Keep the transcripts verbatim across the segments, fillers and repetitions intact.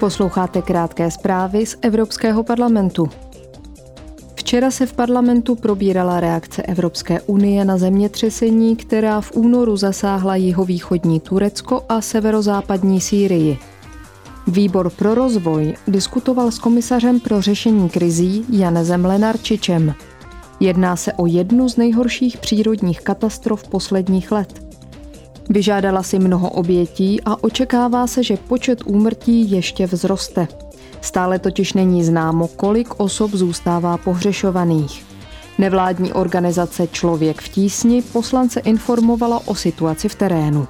Posloucháte krátké zprávy z Evropského parlamentu. Včera se v parlamentu probírala reakce Evropské unie na zemětřesení, která v únoru zasáhla jihovýchodní Turecko a severozápadní Sýrii. Výbor pro rozvoj diskutoval s komisařem pro řešení krizí Janezem Lenarčičem. Jedná se o jednu z nejhorších přírodních katastrof posledních let. Vyžádala si mnoho obětí a očekává se, že počet úmrtí ještě vzroste. Stále totiž není známo, kolik osob zůstává pohřešovaných. Nevládní organizace Člověk v tísni poslance informovala o situaci v terénu.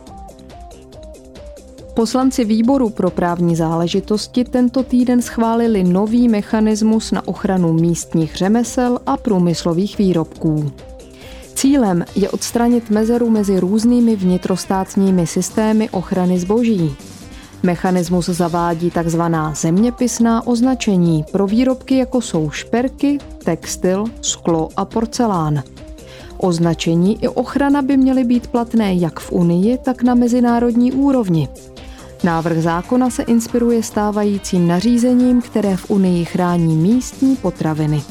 Poslanci výboru pro právní záležitosti tento týden schválili nový mechanismus na ochranu místních řemesel a průmyslových výrobků. Cílem je odstranit mezeru mezi různými vnitrostátními systémy ochrany zboží. Mechanismus zavádí tzv. Zeměpisná označení pro výrobky, jako jsou šperky, textil, sklo a porcelán. Označení i ochrana by měly být platné jak v Unii, tak na mezinárodní úrovni. Návrh zákona se inspiruje stávajícím nařízením, které v Unii chrání místní potraviny.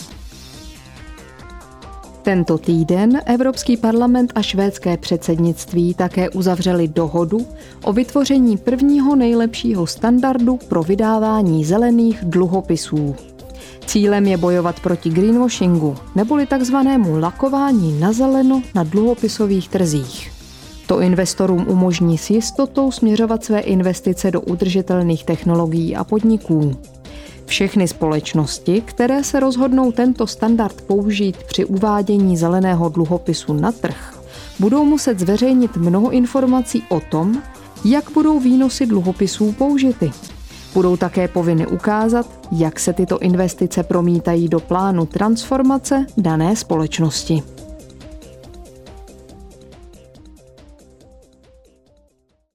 Tento týden Evropský parlament a švédské předsednictví také uzavřeli dohodu o vytvoření prvního nejlepšího standardu pro vydávání zelených dluhopisů. Cílem je bojovat proti greenwashingu, neboli takzvanému lakování na zeleno na dluhopisových trzích. To investorům umožní s jistotou směřovat své investice do udržitelných technologií a podniků. Všechny společnosti, které se rozhodnou tento standard použít při uvádění zeleného dluhopisu na trh, budou muset zveřejnit mnoho informací o tom, jak budou výnosy dluhopisů použity. Budou také povinny ukázat, jak se tyto investice promítají do plánu transformace dané společnosti.